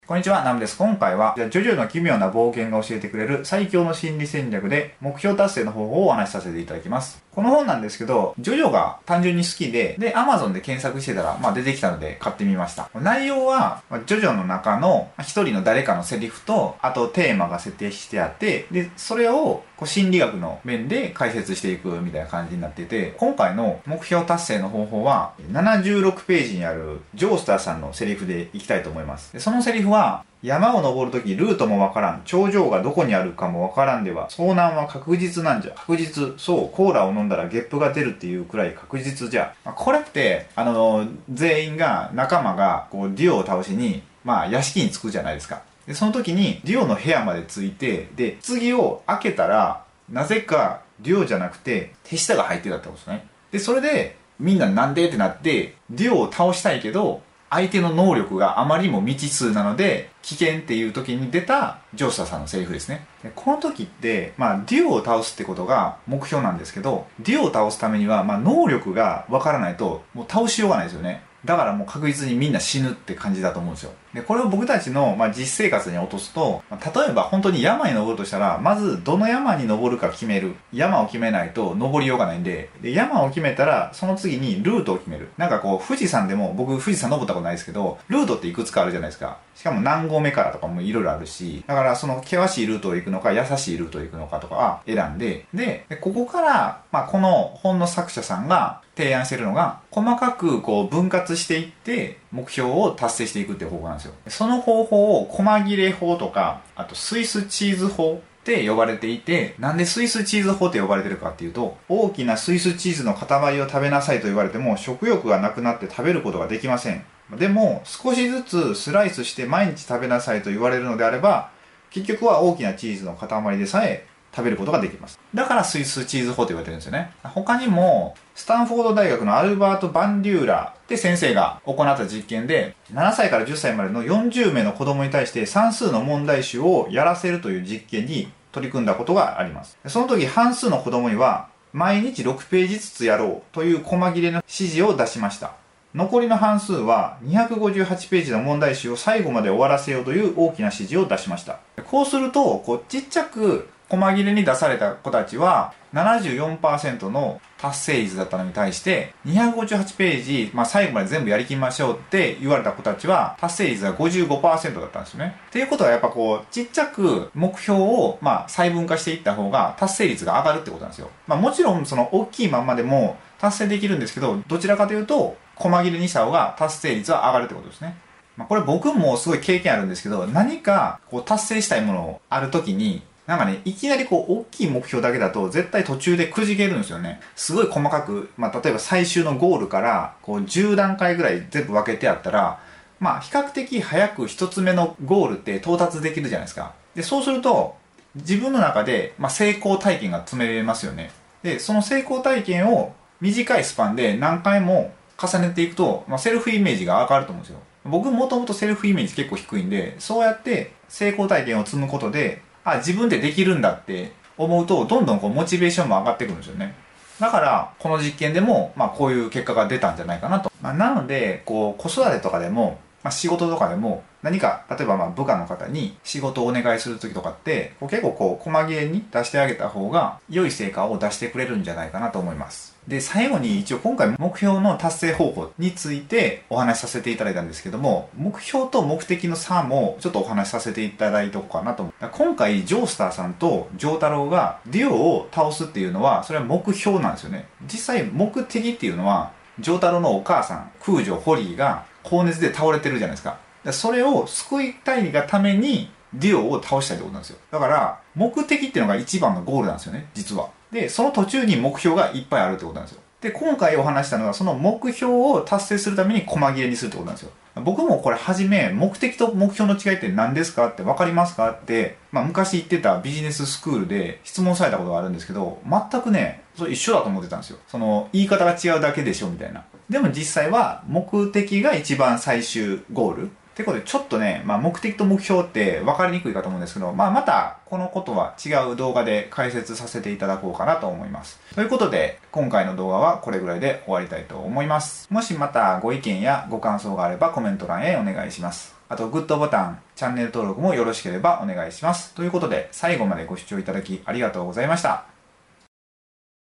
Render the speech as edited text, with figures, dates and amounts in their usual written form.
こんにちは、ナムです。今回は、ジョジョの奇妙な冒険が教えてくれる最強の心理戦略で目標達成の方法をお話しさせていただきます。この本なんですけど、ジョジョが単純に好きで、Amazon で検索してたら、出てきたので買ってみました。内容は、ジョジョの中の一人の誰かのセリフと、あとテーマが設定してあって、で、それを心理学の面で解説していくみたいな感じになっていて、今回の目標達成の方法は、76ページにあるジョースターさんのセリフでいきたいと思います。でそのセリフは、山を登るときルートもわからん。頂上がどこにあるかもわからんでは、遭難は確実なんじゃ。確実。そう、コーラを飲んだらゲップが出るっていうくらい確実じゃ。これって、全員が、仲間が、デュオを倒しに、屋敷に着くじゃないですか。で、その時に、デュオの部屋まで着いて、で、次を開けたら、なぜか、デュオじゃなくて、手下が入ってたってことですね。で、それで、みんななんでってなって、デュオを倒したいけど、相手の能力があまりにも未知数なので、危険っていう時に出たジョースターさんのセリフですね。でこの時って、デュオを倒すってことが目標なんですけど、デュオを倒すためには、能力がわからないと、もう倒しようがないですよね。だからもう確実にみんな死ぬって感じだと思うんですよ。で、これを僕たちの、実生活に落とすと、例えば本当に山に登るとしたら、まずどの山に登るか決める。山を決めないと登りようがないんで、山を決めたら、その次にルートを決める。富士山でも、僕富士山登ったことないですけど、ルートっていくつかあるじゃないですか。しかも何合目からとかもいろいろあるし、だからその険しいルートを行くのか、優しいルートを行くのかとかは選んで、で、ここから、この本の作者さんが提案してるのが、細かく分割していって、目標を達成していくっていう方法なんですよ。その方法を細切れ法とか、あとスイスチーズ法って呼ばれていて、なんでスイスチーズ法って呼ばれてるかっていうと、大きなスイスチーズの塊を食べなさいと言われても食欲がなくなって食べることができません。でも少しずつスライスして毎日食べなさいと言われるのであれば、結局は大きなチーズの塊でさえ食べることができます。だからスイスチーズ法と言われてるんですよね。他にも、スタンフォード大学のアルバート・バンデューラって先生が行った実験で、7歳から10歳までの40名の子供に対して算数の問題集をやらせるという実験に取り組んだことがあります。その時半数の子供には、毎日6ページずつやろうという細切れの指示を出しました。残りの半数は258ページの問題集を最後まで終わらせようという大きな指示を出しました。こうすると、ちっちゃく細切れに出された子たちは 74% の達成率だったのに対して258ページ、最後まで全部やりきりましょうって言われた子たちは達成率が 55% だったんですよね。っていうことはやっぱちっちゃく目標を細分化していった方が達成率が上がるってことなんですよ。もちろんその大きいまんまでも達成できるんですけど、どちらかというと細切れにした方が達成率は上がるってことですね。これ僕もすごい経験あるんですけど、何か達成したいものある時にいきなり大きい目標だけだと絶対途中でくじけるんですよね。すごい細かく、例えば最終のゴールから10段階ぐらい全部分けてあったら、比較的早く一つ目のゴールって到達できるじゃないですか。で、そうすると自分の中で、成功体験が積めれますよね。で、その成功体験を短いスパンで何回も重ねていくと、セルフイメージが上がると思うんですよ。僕もともとセルフイメージ結構低いんで、そうやって成功体験を積むことで、自分でできるんだって思うと、どんどんモチベーションも上がってくるんですよね。だから、この実験でも、こういう結果が出たんじゃないかなと。なので、子育てとかでも、仕事とかでも、何か、例えば部下の方に仕事をお願いするときとかって、結構細切れに出してあげた方が、良い成果を出してくれるんじゃないかなと思います。で、最後に一応今回目標の達成方法についてお話しさせていただいたんですけども、目標と目的の差もちょっとお話しさせていただいておこうかなと思う。今回、ジョースターさんとジョータロウがデュオを倒すっていうのは、それは目標なんですよね。実際目的っていうのは、ジョータロウのお母さん、空女ホリーが高熱で倒れてるじゃないですか。それを救いたいがためにデュオを倒したいってことなんですよ。だから目的っていうのが一番のゴールなんですよね、実は。で、その途中に目標がいっぱいあるってことなんですよ。で、今回お話したのはその目標を達成するために細切れにするってことなんですよ。僕もこれ初め目的と目標の違いって何ですかって分かりますかって、昔行ってたビジネススクールで質問されたことがあるんですけど、全くね、それ一緒だと思ってたんですよ。その言い方が違うだけでしょみたいな。でも実際は目的が一番最終ゴールってことで、ちょっとね、目的と目標って分かりにくいかと思うんですけど、またこのことは違う動画で解説させていただこうかなと思います。ということで、今回の動画はこれぐらいで終わりたいと思います。もしまたご意見やご感想があればコメント欄へお願いします。 あとグッドボタン、チャンネル登録もよろしければお願いします。ということで、最後までご視聴いただきありがとうございました。